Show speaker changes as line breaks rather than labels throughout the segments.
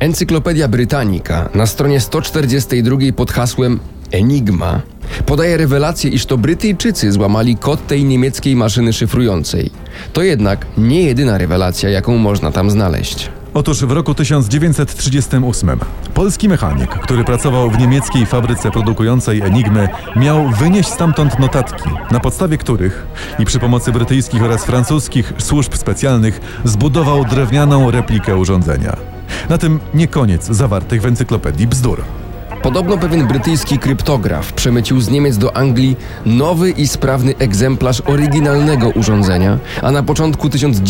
Encyklopedia Britannica na stronie 142 pod hasłem Enigma podaje rewelację, iż to Brytyjczycy złamali kod tej niemieckiej maszyny szyfrującej. To jednak nie jedyna rewelacja, jaką można tam znaleźć.
Otóż w roku 1938 polski mechanik, który pracował w niemieckiej fabryce produkującej Enigmy, miał wynieść stamtąd notatki, na podstawie których i przy pomocy brytyjskich oraz francuskich służb specjalnych zbudował drewnianą replikę urządzenia. Na tym nie koniec zawartych w encyklopedii bzdur.
Podobno pewien brytyjski kryptograf przemycił z Niemiec do Anglii nowy i sprawny egzemplarz oryginalnego urządzenia, a na początku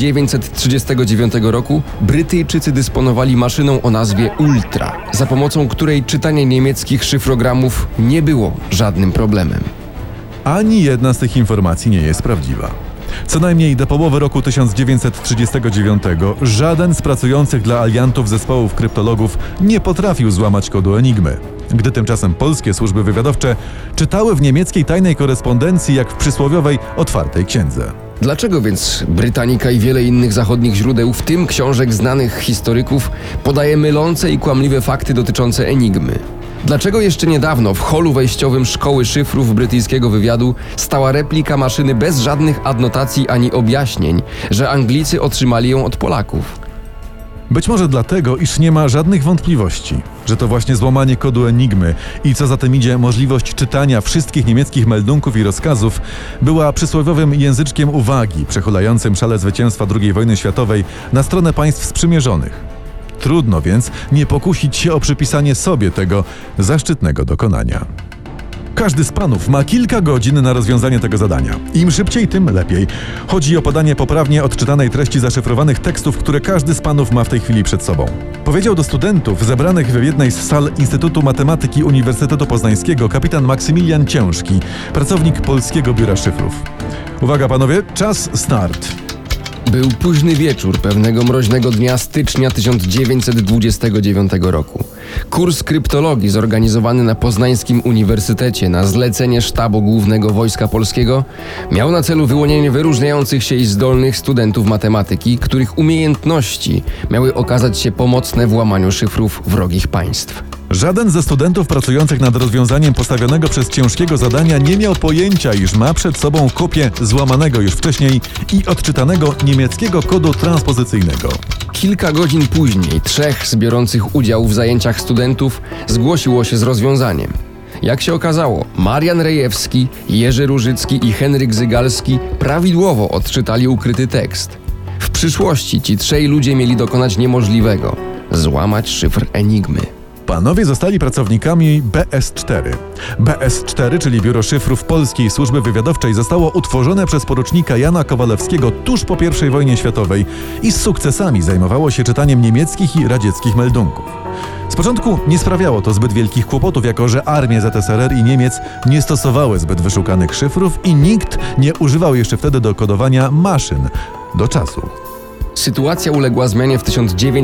1939 roku Brytyjczycy dysponowali maszyną o nazwie Ultra, za pomocą której czytanie niemieckich szyfrogramów nie było żadnym problemem.
Ani jedna z tych informacji nie jest prawdziwa. Co najmniej do połowy roku 1939 żaden z pracujących dla aliantów zespołów kryptologów nie potrafił złamać kodu Enigmy. Gdy tymczasem polskie służby wywiadowcze czytały w niemieckiej tajnej korespondencji jak w przysłowiowej otwartej księdze.
Dlaczego więc Britannica i wiele innych zachodnich źródeł, w tym książek znanych historyków, podaje mylące i kłamliwe fakty dotyczące Enigmy? Dlaczego jeszcze niedawno w holu wejściowym Szkoły Szyfrów brytyjskiego wywiadu stała replika maszyny bez żadnych adnotacji ani objaśnień, że Anglicy otrzymali ją od Polaków?
Być może dlatego, iż nie ma żadnych wątpliwości, że to właśnie złamanie kodu Enigmy i co za tym idzie możliwość czytania wszystkich niemieckich meldunków i rozkazów była przysłowiowym języczkiem uwagi przechylającym szale zwycięstwa II wojny światowej na stronę państw sprzymierzonych. Trudno więc nie pokusić się o przypisanie sobie tego zaszczytnego dokonania. Każdy z panów ma kilka godzin na rozwiązanie tego zadania. Im szybciej, tym lepiej. Chodzi o podanie poprawnie odczytanej treści zaszyfrowanych tekstów, które każdy z panów ma w tej chwili przed sobą. Powiedział do studentów zebranych w jednej z sal Instytutu Matematyki Uniwersytetu Poznańskiego kapitan Maksymilian Ciężki, pracownik Polskiego Biura Szyfrów. Uwaga panowie, czas start.
Był późny wieczór pewnego mroźnego dnia stycznia 1929 roku. Kurs kryptologii zorganizowany na Poznańskim Uniwersytecie na zlecenie Sztabu Głównego Wojska Polskiego miał na celu wyłonienie wyróżniających się i zdolnych studentów matematyki, których umiejętności miały okazać się pomocne w łamaniu szyfrów wrogich państw.
Żaden ze studentów pracujących nad rozwiązaniem postawionego przez Ciężkiego zadania nie miał pojęcia, iż ma przed sobą kopię złamanego już wcześniej i odczytanego niemieckiego kodu transpozycyjnego.
Kilka godzin później 3 z biorących udział w zajęciach studentów zgłosiło się z rozwiązaniem. Jak się okazało, Marian Rejewski, Jerzy Różycki i Henryk Zygalski prawidłowo odczytali ukryty tekst. W przyszłości ci 3 ludzie mieli dokonać niemożliwego – złamać szyfr Enigmy.
Panowie zostali pracownikami BS4. BS4, czyli Biuro Szyfrów Polskiej Służby Wywiadowczej, zostało utworzone przez porucznika Jana Kowalewskiego tuż po I wojnie światowej i z sukcesami zajmowało się czytaniem niemieckich i radzieckich meldunków. Z początku nie sprawiało to zbyt wielkich kłopotów, jako że armie ZSRR i Niemiec nie stosowały zbyt wyszukanych szyfrów i nikt nie używał jeszcze wtedy do kodowania maszyn do czasu.
Sytuacja uległa zmianie w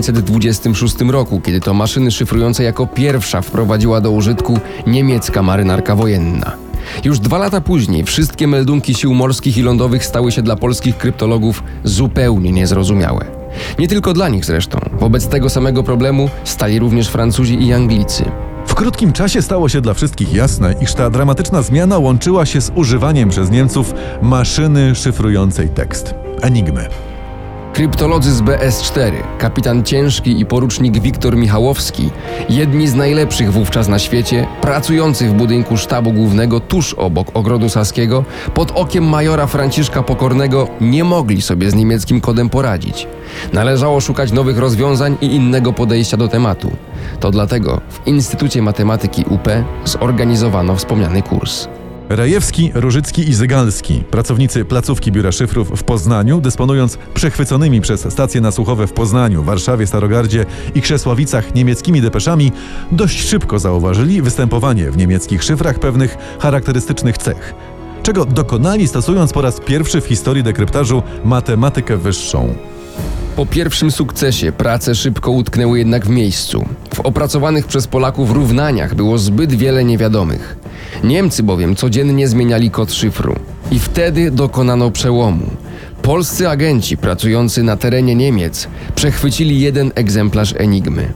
1926 roku, kiedy to maszyny szyfrujące jako pierwsza wprowadziła do użytku niemiecka marynarka wojenna. Już 2 lata później wszystkie meldunki sił morskich i lądowych stały się dla polskich kryptologów zupełnie niezrozumiałe. Nie tylko dla nich zresztą. Wobec tego samego problemu stali również Francuzi i Anglicy.
W krótkim czasie stało się dla wszystkich jasne, iż ta dramatyczna zmiana łączyła się z używaniem przez Niemców maszyny szyfrującej tekst – Enigmy.
Kryptolodzy z BS4, kapitan Ciężki i porucznik Wiktor Michałowski, jedni z najlepszych wówczas na świecie, pracujący w budynku Sztabu Głównego tuż obok Ogrodu Saskiego, pod okiem majora Franciszka Pokornego, nie mogli sobie z niemieckim kodem poradzić. Należało szukać nowych rozwiązań i innego podejścia do tematu. To dlatego w Instytucie Matematyki UP zorganizowano wspomniany kurs.
Rejewski, Różycki i Zygalski, pracownicy placówki Biura Szyfrów w Poznaniu, dysponując przechwyconymi przez stacje nasłuchowe w Poznaniu, Warszawie, Starogardzie i Krzesławicach niemieckimi depeszami, dość szybko zauważyli występowanie w niemieckich szyfrach pewnych charakterystycznych cech, czego dokonali stosując po raz pierwszy w historii dekryptażu matematykę wyższą.
Po pierwszym sukcesie prace szybko utknęły jednak w miejscu. W opracowanych przez Polaków równaniach było zbyt wiele niewiadomych. Niemcy bowiem codziennie zmieniali kod szyfru. I wtedy dokonano przełomu. Polscy agenci pracujący na terenie Niemiec przechwycili jeden egzemplarz Enigmy.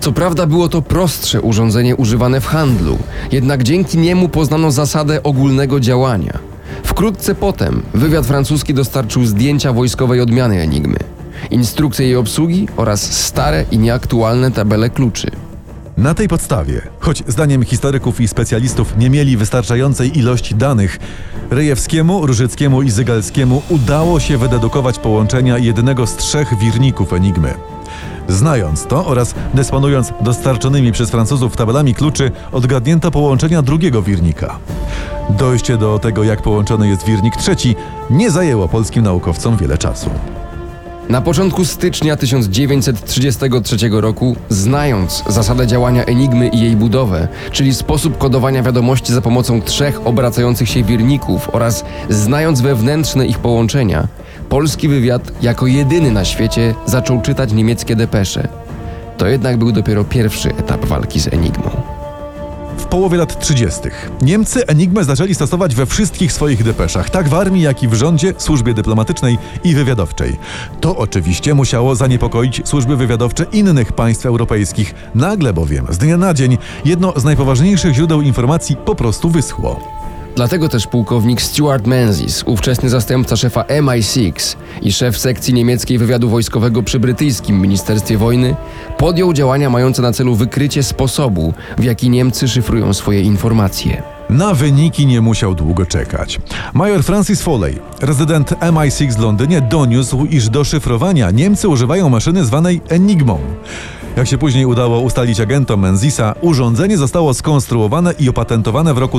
Co prawda było to prostsze urządzenie używane w handlu, jednak dzięki niemu poznano zasadę ogólnego działania. Wkrótce potem wywiad francuski dostarczył zdjęcia wojskowej odmiany Enigmy, instrukcje jej obsługi oraz stare i nieaktualne tabele kluczy.
Na tej podstawie, choć zdaniem historyków i specjalistów nie mieli wystarczającej ilości danych, Rejewskiemu, Różyckiemu i Zygalskiemu udało się wydedukować połączenia jednego z 3 wirników Enigmy. Znając to oraz dysponując dostarczonymi przez Francuzów tabelami kluczy, odgadnięto połączenia drugiego wirnika. Dojście do tego, jak połączony jest wirnik trzeci, nie zajęło polskim naukowcom wiele czasu.
Na początku stycznia 1933 roku, znając zasadę działania Enigmy i jej budowę, czyli sposób kodowania wiadomości za pomocą 3 obracających się wirników oraz znając wewnętrzne ich połączenia, polski wywiad jako jedyny na świecie zaczął czytać niemieckie depesze. To jednak był dopiero pierwszy etap walki z Enigmą.
W połowie lat 30. Niemcy Enigmę zaczęli stosować we wszystkich swoich depeszach, tak w armii, jak i w rządzie, służbie dyplomatycznej i wywiadowczej. To oczywiście musiało zaniepokoić służby wywiadowcze innych państw europejskich. Nagle bowiem, z dnia na dzień, jedno z najpoważniejszych źródeł informacji po prostu wyschło.
Dlatego też pułkownik Stuart Menzies, ówczesny zastępca szefa MI6 i szef sekcji niemieckiej wywiadu wojskowego przy brytyjskim Ministerstwie Wojny, podjął działania mające na celu wykrycie sposobu, w jaki Niemcy szyfrują swoje informacje.
Na wyniki nie musiał długo czekać. Major Francis Foley, rezydent MI6 w Londynie, doniósł, iż do szyfrowania Niemcy używają maszyny zwanej Enigmą. Jak się później udało ustalić agentom Menziesa, urządzenie zostało skonstruowane i opatentowane w roku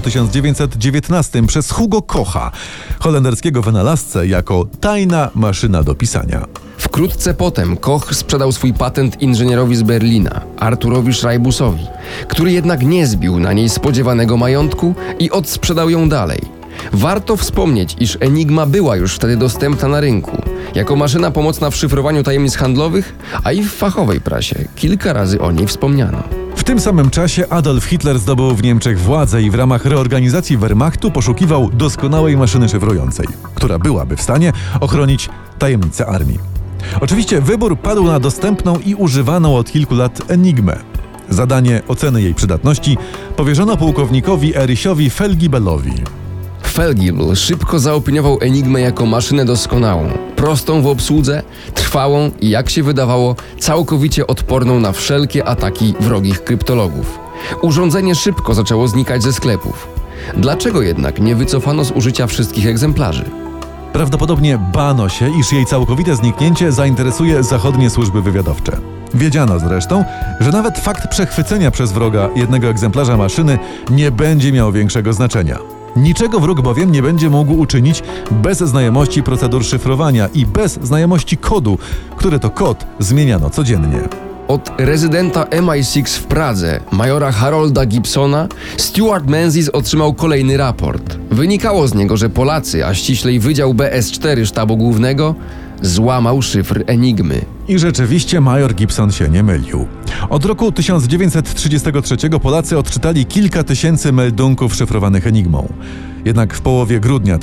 1919 przez Hugo Kocha, holenderskiego wynalazcę, jako tajna maszyna do pisania.
Wkrótce potem Koch sprzedał swój patent inżynierowi z Berlina, Arturowi Schreibusowi, który jednak nie zbił na niej spodziewanego majątku i odsprzedał ją dalej. Warto wspomnieć, iż Enigma była już wtedy dostępna na rynku, jako maszyna pomocna w szyfrowaniu tajemnic handlowych, a i w fachowej prasie kilka razy o niej wspomniano.
W tym samym czasie Adolf Hitler zdobył w Niemczech władzę i w ramach reorganizacji Wehrmachtu poszukiwał doskonałej maszyny szyfrującej, która byłaby w stanie ochronić tajemnice armii. Oczywiście wybór padł na dostępną i używaną od kilku lat Enigmę. Zadanie oceny jej przydatności powierzono pułkownikowi Ericiowi Felgibellowi.
Felgibel szybko zaopiniował Enigmę jako maszynę doskonałą, prostą w obsłudze, trwałą i, jak się wydawało, całkowicie odporną na wszelkie ataki wrogich kryptologów. Urządzenie szybko zaczęło znikać ze sklepów. Dlaczego jednak nie wycofano z użycia wszystkich egzemplarzy?
Prawdopodobnie bano się, iż jej całkowite zniknięcie zainteresuje zachodnie służby wywiadowcze. Wiedziano zresztą, że nawet fakt przechwycenia przez wroga jednego egzemplarza maszyny nie będzie miał większego znaczenia. Niczego wróg bowiem nie będzie mógł uczynić bez znajomości procedur szyfrowania i bez znajomości kodu, który to kod zmieniano codziennie.
Od rezydenta MI6 w Pradze, majora Harolda Gibsona, Stuart Menzies otrzymał kolejny raport. Wynikało z niego, że Polacy, a ściślej Wydział BS4 Sztabu Głównego, złamał szyfr Enigmy.
I rzeczywiście major Gibson się nie mylił. Od roku 1933 Polacy odczytali kilka tysięcy meldunków szyfrowanych Enigmą. Jednak w połowie grudnia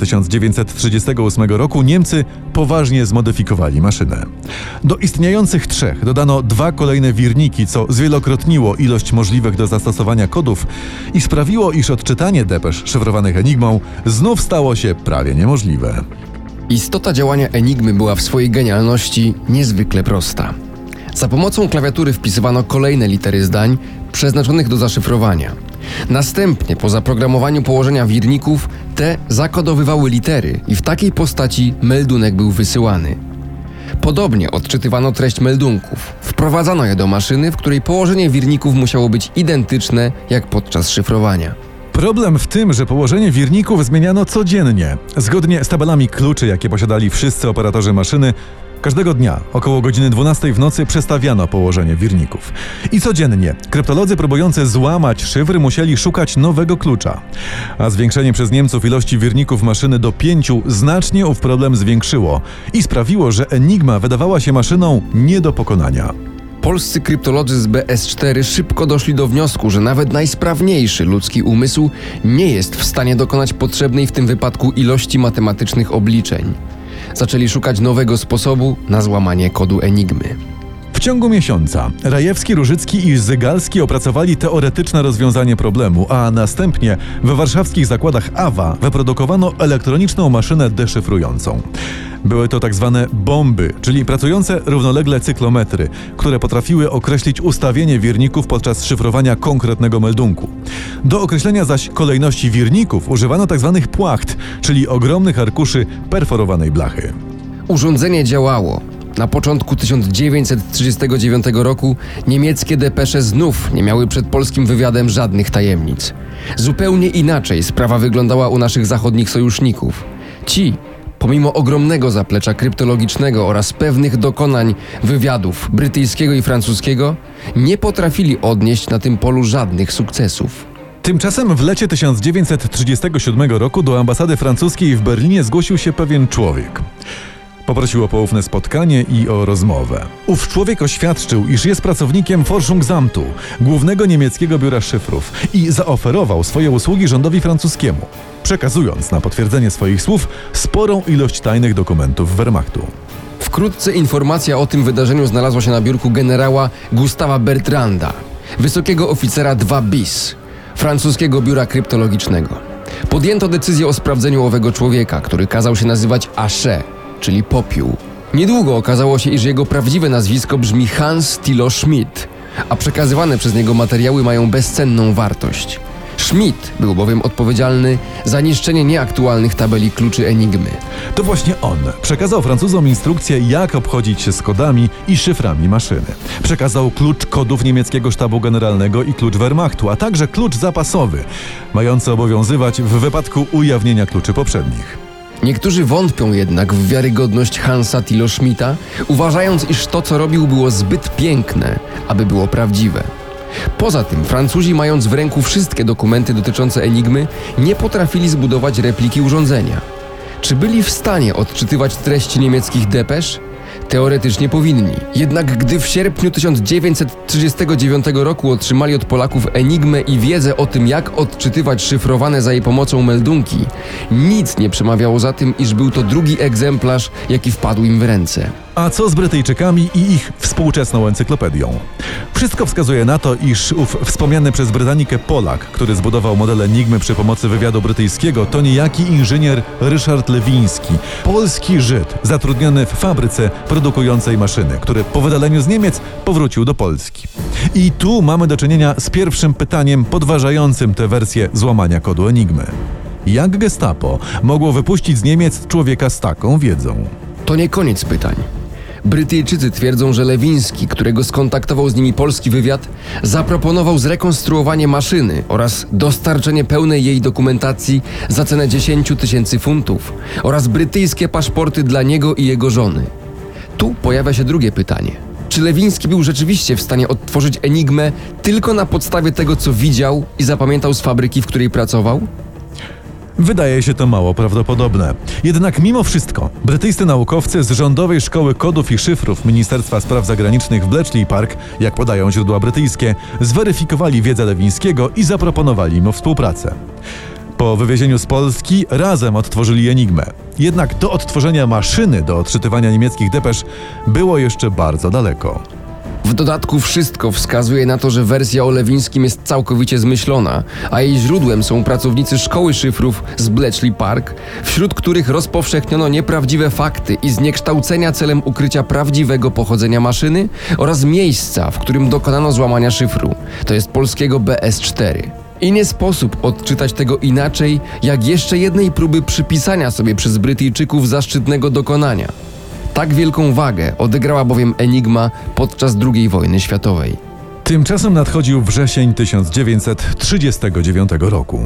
1938 roku Niemcy poważnie zmodyfikowali maszynę. Do istniejących 3 dodano 2 kolejne wirniki, co zwielokrotniło ilość możliwych do zastosowania kodów i sprawiło, iż odczytanie depesz szyfrowanych Enigmą znów stało się prawie niemożliwe.
Istota działania Enigmy była w swojej genialności niezwykle prosta. Za pomocą klawiatury wpisywano kolejne litery zdań przeznaczonych do zaszyfrowania. Następnie, po zaprogramowaniu położenia wirników, te zakodowywały litery i w takiej postaci meldunek był wysyłany. Podobnie odczytywano treść meldunków. Wprowadzano je do maszyny, w której położenie wirników musiało być identyczne jak podczas szyfrowania.
Problem w tym, że położenie wirników zmieniano codziennie. Zgodnie z tabelami kluczy, jakie posiadali wszyscy operatorzy maszyny, każdego dnia około godziny 12 w nocy przestawiano położenie wirników. I codziennie kryptolodzy próbujący złamać szyfry musieli szukać nowego klucza. A zwiększenie przez Niemców ilości wirników maszyny do 5 znacznie ów problem zwiększyło i sprawiło, że Enigma wydawała się maszyną nie do pokonania.
Polscy kryptolodzy z BS4 szybko doszli do wniosku, że nawet najsprawniejszy ludzki umysł nie jest w stanie dokonać potrzebnej w tym wypadku ilości matematycznych obliczeń. Zaczęli szukać nowego sposobu na złamanie kodu Enigmy.
W ciągu miesiąca Rajewski, Różycki i Zygalski opracowali teoretyczne rozwiązanie problemu, a następnie we warszawskich zakładach AWA wyprodukowano elektroniczną maszynę deszyfrującą. Były to tak zwane bomby, czyli pracujące równolegle cyklometry, które potrafiły określić ustawienie wirników podczas szyfrowania konkretnego meldunku. Do określenia zaś kolejności wirników używano tak zwanych płacht, czyli ogromnych arkuszy perforowanej blachy.
Urządzenie działało. Na początku 1939 roku niemieckie depesze znów nie miały przed polskim wywiadem żadnych tajemnic. Zupełnie inaczej sprawa wyglądała u naszych zachodnich sojuszników. Ci, pomimo ogromnego zaplecza kryptologicznego oraz pewnych dokonań wywiadów brytyjskiego i francuskiego, nie potrafili odnieść na tym polu żadnych sukcesów.
Tymczasem w lecie 1937 roku do ambasady francuskiej w Berlinie zgłosił się pewien człowiek. Poprosił o poufne spotkanie i o rozmowę. Ów człowiek oświadczył, iż jest pracownikiem Forschungsamtu, głównego niemieckiego biura szyfrów, i zaoferował swoje usługi rządowi francuskiemu, przekazując na potwierdzenie swoich słów sporą ilość tajnych dokumentów Wehrmachtu.
Wkrótce informacja o tym wydarzeniu znalazła się na biurku generała Gustawa Bertranda, wysokiego oficera 2 bis, francuskiego biura kryptologicznego. Podjęto decyzję o sprawdzeniu owego człowieka, który kazał się nazywać Asze, czyli popiół. Niedługo okazało się, iż jego prawdziwe nazwisko brzmi Hans Thilo Schmidt, a przekazywane przez niego materiały mają bezcenną wartość. Schmidt był bowiem odpowiedzialny za niszczenie nieaktualnych tabeli kluczy Enigmy.
To właśnie on przekazał Francuzom instrukcję, jak obchodzić się z kodami i szyframi maszyny. Przekazał klucz kodów niemieckiego sztabu generalnego i klucz Wehrmachtu, a także klucz zapasowy, mający obowiązywać w wypadku ujawnienia kluczy poprzednich.
Niektórzy wątpią jednak w wiarygodność Hansa Thilo Schmidta, uważając, iż to, co robił, było zbyt piękne, aby było prawdziwe. Poza tym Francuzi, mając w ręku wszystkie dokumenty dotyczące Enigmy, nie potrafili zbudować repliki urządzenia. Czy byli w stanie odczytywać treści niemieckich depesz? Teoretycznie powinni. Jednak gdy w sierpniu 1939 roku otrzymali od Polaków Enigmę i wiedzę o tym, jak odczytywać szyfrowane za jej pomocą meldunki, nic nie przemawiało za tym, iż był to drugi egzemplarz, jaki wpadł im w ręce.
A co z Brytyjczykami i ich współczesną encyklopedią? Wszystko wskazuje na to, iż ów wspomniany przez Brytanikę Polak, który zbudował model Enigmy przy pomocy wywiadu brytyjskiego, to niejaki inżynier Ryszard Lewiński, polski Żyd zatrudniony w fabryce produkującej maszyny, który po wydaleniu z Niemiec powrócił do Polski. I tu mamy do czynienia z pierwszym pytaniem podważającym tę wersję złamania kodu Enigmy. Jak Gestapo mogło wypuścić z Niemiec człowieka z taką wiedzą?
To nie koniec pytań. Brytyjczycy twierdzą, że Lewiński, którego skontaktował z nimi polski wywiad, zaproponował zrekonstruowanie maszyny oraz dostarczenie pełnej jej dokumentacji za cenę 10 000 funtów oraz brytyjskie paszporty dla niego i jego żony. Tu pojawia się drugie pytanie. Czy Lewiński był rzeczywiście w stanie odtworzyć Enigmę tylko na podstawie tego, co widział i zapamiętał z fabryki, w której pracował?
Wydaje się to mało prawdopodobne. Jednak mimo wszystko brytyjscy naukowcy z Rządowej Szkoły Kodów i Szyfrów Ministerstwa Spraw Zagranicznych w Bletchley Park, jak podają źródła brytyjskie, zweryfikowali wiedzę Lewińskiego i zaproponowali mu współpracę. Po wywiezieniu z Polski razem odtworzyli Enigmę. Jednak do odtworzenia maszyny do odczytywania niemieckich depesz było jeszcze bardzo daleko.
W dodatku wszystko wskazuje na to, że wersja o Lewińskim jest całkowicie zmyślona, a jej źródłem są pracownicy Szkoły Szyfrów z Bletchley Park, wśród których rozpowszechniono nieprawdziwe fakty i zniekształcenia celem ukrycia prawdziwego pochodzenia maszyny oraz miejsca, w którym dokonano złamania szyfru, to jest polskiego BS4. I nie sposób odczytać tego inaczej, jak jeszcze jednej próby przypisania sobie przez Brytyjczyków zaszczytnego dokonania. Tak wielką wagę odegrała bowiem Enigma podczas II wojny światowej.
Tymczasem nadchodził wrzesień 1939 roku.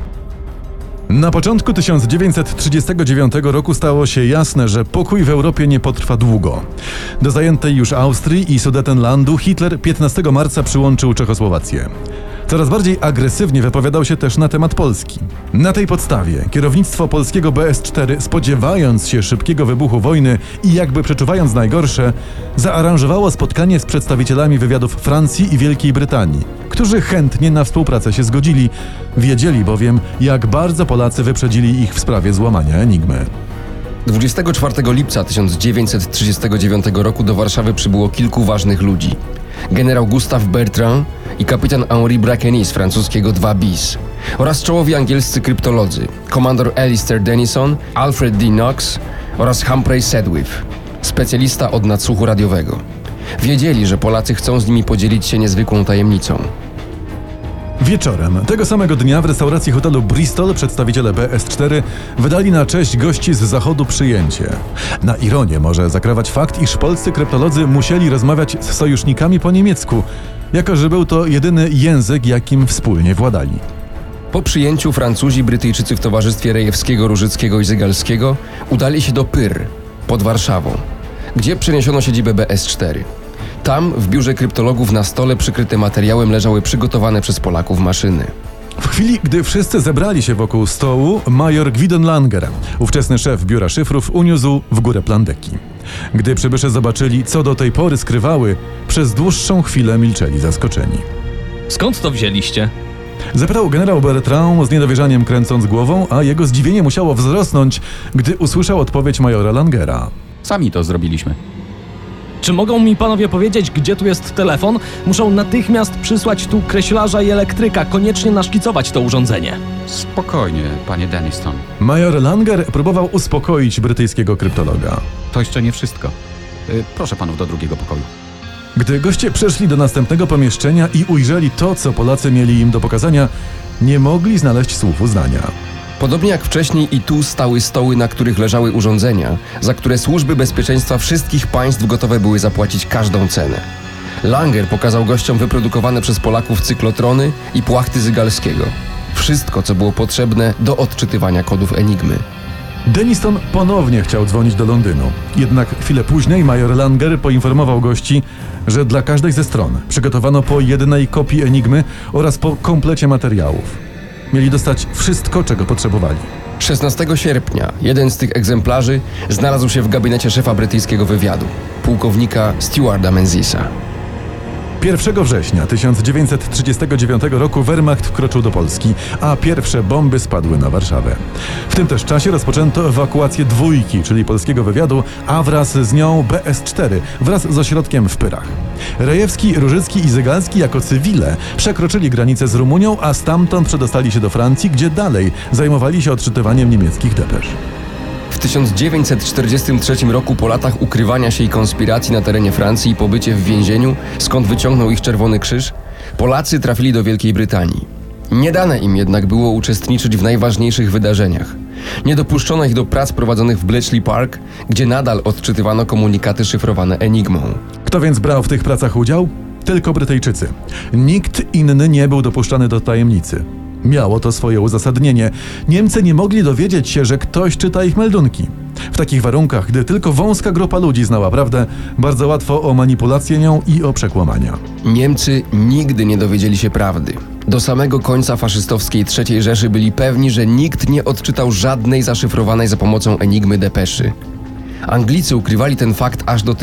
Na początku 1939 roku stało się jasne, że pokój w Europie nie potrwa długo. Do zajętej już Austrii i Sudetenlandu Hitler 15 marca przyłączył Czechosłowację. Coraz bardziej agresywnie wypowiadał się też na temat Polski. Na tej podstawie kierownictwo polskiego BS4, spodziewając się szybkiego wybuchu wojny i jakby przeczuwając najgorsze, zaaranżowało spotkanie z przedstawicielami wywiadów Francji i Wielkiej Brytanii, którzy chętnie na współpracę się zgodzili, wiedzieli bowiem, jak bardzo Polacy wyprzedzili ich w sprawie złamania Enigmy.
24 lipca 1939 roku do Warszawy przybyło kilku ważnych ludzi. Generał Gustave Bertrand i kapitan Henri Bracqueny z francuskiego 2 bis oraz czołowi angielscy kryptolodzy, komandor Alistair Denison, Alfred D. Knox oraz Humphrey Sedgwick, specjalista od nadsłuchu radiowego. Wiedzieli, że Polacy chcą z nimi podzielić się niezwykłą tajemnicą.
Wieczorem tego samego dnia w restauracji hotelu Bristol przedstawiciele BS4 wydali na cześć gości z zachodu przyjęcie. Na ironię może zakrawać fakt, iż polscy kryptolodzy musieli rozmawiać z sojusznikami po niemiecku, jako że był to jedyny język, jakim wspólnie władali.
Po przyjęciu Francuzi i Brytyjczycy w towarzystwie Rejewskiego, Różyckiego i Zygalskiego udali się do Pyr pod Warszawą, gdzie przeniesiono siedzibę BS4. Tam, w biurze kryptologów na stole przykryte materiałem leżały przygotowane przez Polaków maszyny.
W chwili, gdy wszyscy zebrali się wokół stołu, major Gwydion Langer, ówczesny szef biura szyfrów, uniósł w górę plandeki. Gdy przybysze zobaczyli, co do tej pory skrywały, przez dłuższą chwilę milczeli zaskoczeni.
Skąd to wzięliście?
Zapytał generał Bertrand z niedowierzaniem kręcąc głową, a jego zdziwienie musiało wzrosnąć, gdy usłyszał odpowiedź majora Langera.
Sami to zrobiliśmy.
Czy mogą mi panowie powiedzieć, gdzie tu jest telefon? Muszą natychmiast przysłać tu kreślarza i elektryka, koniecznie naszkicować to urządzenie.
Spokojnie, panie Denison.
Major Langer próbował uspokoić brytyjskiego kryptologa.
To jeszcze nie wszystko. Proszę panów do drugiego pokoju.
Gdy goście przeszli do następnego pomieszczenia i ujrzeli to, co Polacy mieli im do pokazania, nie mogli znaleźć słów uznania.
Podobnie jak wcześniej i tu stały stoły, na których leżały urządzenia, za które służby bezpieczeństwa wszystkich państw gotowe były zapłacić każdą cenę. Langer pokazał gościom wyprodukowane przez Polaków cyklotrony i płachty Zygalskiego. Wszystko, co było potrzebne do odczytywania kodów Enigmy.
Denison ponownie chciał dzwonić do Londynu. Jednak chwilę później major Langer poinformował gości, że dla każdej ze stron przygotowano po jednej kopii Enigmy oraz po komplecie materiałów. Mieli dostać wszystko, czego potrzebowali.
16 sierpnia jeden z tych egzemplarzy znalazł się w gabinecie szefa brytyjskiego wywiadu, pułkownika Stewarda Menzisa.
1 września 1939 roku Wehrmacht wkroczył do Polski, a pierwsze bomby spadły na Warszawę. W tym też czasie rozpoczęto ewakuację dwójki, czyli polskiego wywiadu, a wraz z nią BS4, wraz z ośrodkiem w Pyrach. Rejewski, Różycki i Zygalski jako cywile przekroczyli granicę z Rumunią, a stamtąd przedostali się do Francji, gdzie dalej zajmowali się odczytywaniem niemieckich depesz.
W 1943 roku po latach ukrywania się i konspiracji na terenie Francji i pobycie w więzieniu, skąd wyciągnął ich Czerwony Krzyż, Polacy trafili do Wielkiej Brytanii. Nie dane im jednak było uczestniczyć w najważniejszych wydarzeniach. Nie dopuszczono ich do prac prowadzonych w Bletchley Park, gdzie nadal odczytywano komunikaty szyfrowane Enigmą.
Kto więc brał w tych pracach udział? Tylko Brytyjczycy. Nikt inny nie był dopuszczany do tajemnicy. Miało to swoje uzasadnienie. Niemcy nie mogli dowiedzieć się, że ktoś czyta ich meldunki. W takich warunkach, gdy tylko wąska grupa ludzi znała prawdę, bardzo łatwo o manipulację nią i o przekłamania.
Niemcy nigdy nie dowiedzieli się prawdy. Do samego końca faszystowskiej III Rzeszy byli pewni, że nikt nie odczytał żadnej zaszyfrowanej za pomocą Enigmy depeszy. Anglicy ukrywali ten fakt aż do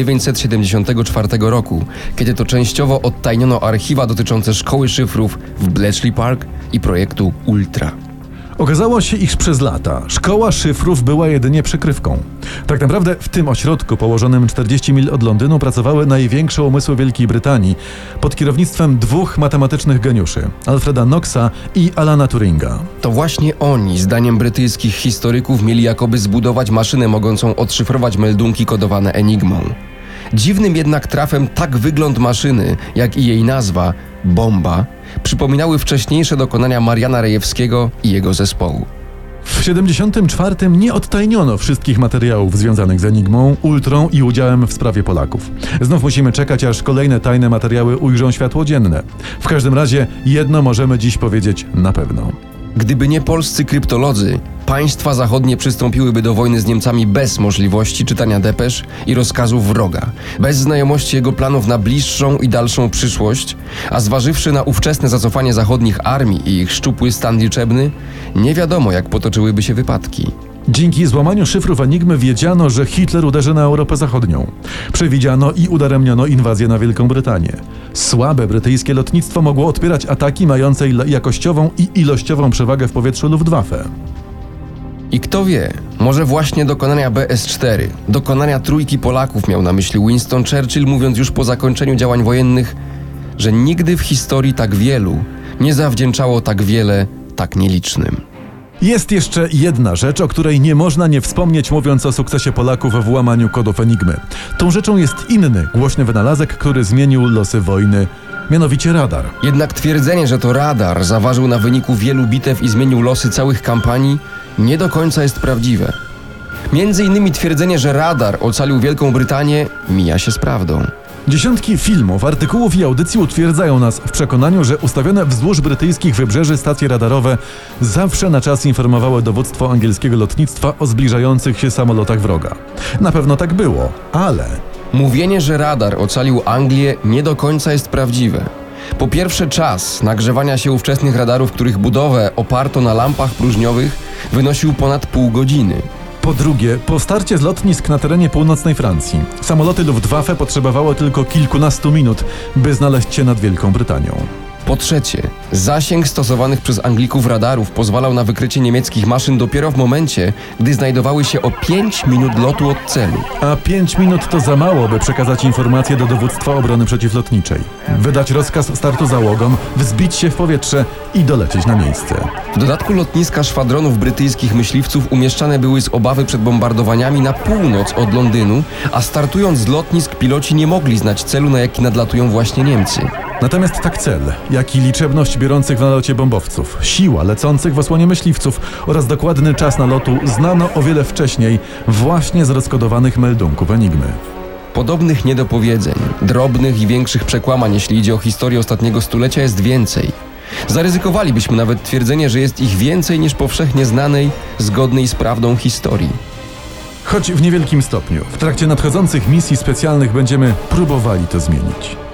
1974 roku, kiedy to częściowo odtajniono archiwa dotyczące szkoły szyfrów w Bletchley Park i projektu Ultra.
Okazało się, iż przez lata szkoła szyfrów była jedynie przykrywką. Tak naprawdę w tym ośrodku położonym 40 mil od Londynu pracowały największe umysły Wielkiej Brytanii pod kierownictwem dwóch matematycznych geniuszy, Alfreda Knoxa i Alana Turinga.
To właśnie oni, zdaniem brytyjskich historyków, mieli jakoby zbudować maszynę mogącą odszyfrować meldunki kodowane Enigmą. Dziwnym jednak trafem tak wygląd maszyny, jak i jej nazwa, bomba, przypominały wcześniejsze dokonania Mariana Rejewskiego i jego zespołu.
W 1974 nie odtajniono wszystkich materiałów związanych z Enigmą, Ultrą i udziałem w sprawie Polaków. Znów musimy czekać, aż kolejne tajne materiały ujrzą światło dzienne. W każdym razie jedno możemy dziś powiedzieć na pewno.
Gdyby nie polscy kryptolodzy, państwa zachodnie przystąpiłyby do wojny z Niemcami bez możliwości czytania depesz i rozkazów wroga, bez znajomości jego planów na bliższą i dalszą przyszłość, a zważywszy na ówczesne zacofanie zachodnich armii i ich szczupły stan liczebny, nie wiadomo, jak potoczyłyby się wypadki.
Dzięki złamaniu szyfrów Enigmy wiedziano, że Hitler uderzy na Europę Zachodnią. Przewidziano i udaremniono inwazję na Wielką Brytanię. Słabe brytyjskie lotnictwo mogło odpierać ataki mające jakościową i ilościową przewagę w powietrzu Luftwaffe.
I kto wie, może właśnie dokonania BS-4, dokonania trójki Polaków miał na myśli Winston Churchill, mówiąc już po zakończeniu działań wojennych, że nigdy w historii tak wielu nie zawdzięczało tak wiele tak nielicznym.
Jest jeszcze jedna rzecz, o której nie można nie wspomnieć, mówiąc o sukcesie Polaków w łamaniu kodów Enigmy. Tą rzeczą jest inny, głośny wynalazek, który zmienił losy wojny, mianowicie radar.
Jednak twierdzenie, że to radar zaważył na wyniku wielu bitew i zmienił losy całych kampanii, nie do końca jest prawdziwe. Między innymi twierdzenie, że radar ocalił Wielką Brytanię, mija się z prawdą.
Dziesiątki filmów, artykułów i audycji utwierdzają nas w przekonaniu, że ustawione wzdłuż brytyjskich wybrzeży stacje radarowe zawsze na czas informowały dowództwo angielskiego lotnictwa o zbliżających się samolotach wroga. Na pewno tak było, ale...
Mówienie, że radar ocalił Anglię, nie do końca jest prawdziwe. Po pierwsze, czas nagrzewania się ówczesnych radarów, których budowę oparto na lampach próżniowych, wynosił ponad pół godziny.
Po drugie, po starcie z lotnisk na terenie północnej Francji, samoloty Luftwaffe potrzebowały tylko kilkunastu minut, by znaleźć się nad Wielką Brytanią.
Po trzecie, zasięg stosowanych przez Anglików radarów pozwalał na wykrycie niemieckich maszyn dopiero w momencie, gdy znajdowały się o 5 minut lotu od celu.
A 5 minut to za mało, by przekazać informacje do dowództwa obrony przeciwlotniczej, wydać rozkaz startu załogom, wzbić się w powietrze i dolecieć na miejsce.
W dodatku lotniska szwadronów brytyjskich myśliwców umieszczane były z obawy przed bombardowaniami na północ od Londynu, a startując z lotnisk piloci nie mogli znać celu, na jaki nadlatują właśnie Niemcy.
Natomiast tak cel, jak i liczebność biorących w nalocie bombowców, siła lecących w osłonie myśliwców oraz dokładny czas nalotu znano o wiele wcześniej właśnie z rozkodowanych meldunków Enigmy.
Podobnych niedopowiedzeń, drobnych i większych przekłamań, jeśli idzie o historię ostatniego stulecia, jest więcej. Zaryzykowalibyśmy nawet twierdzenie, że jest ich więcej niż powszechnie znanej, zgodnej z prawdą historii.
Choć w niewielkim stopniu. W trakcie nadchodzących misji specjalnych będziemy próbowali to zmienić.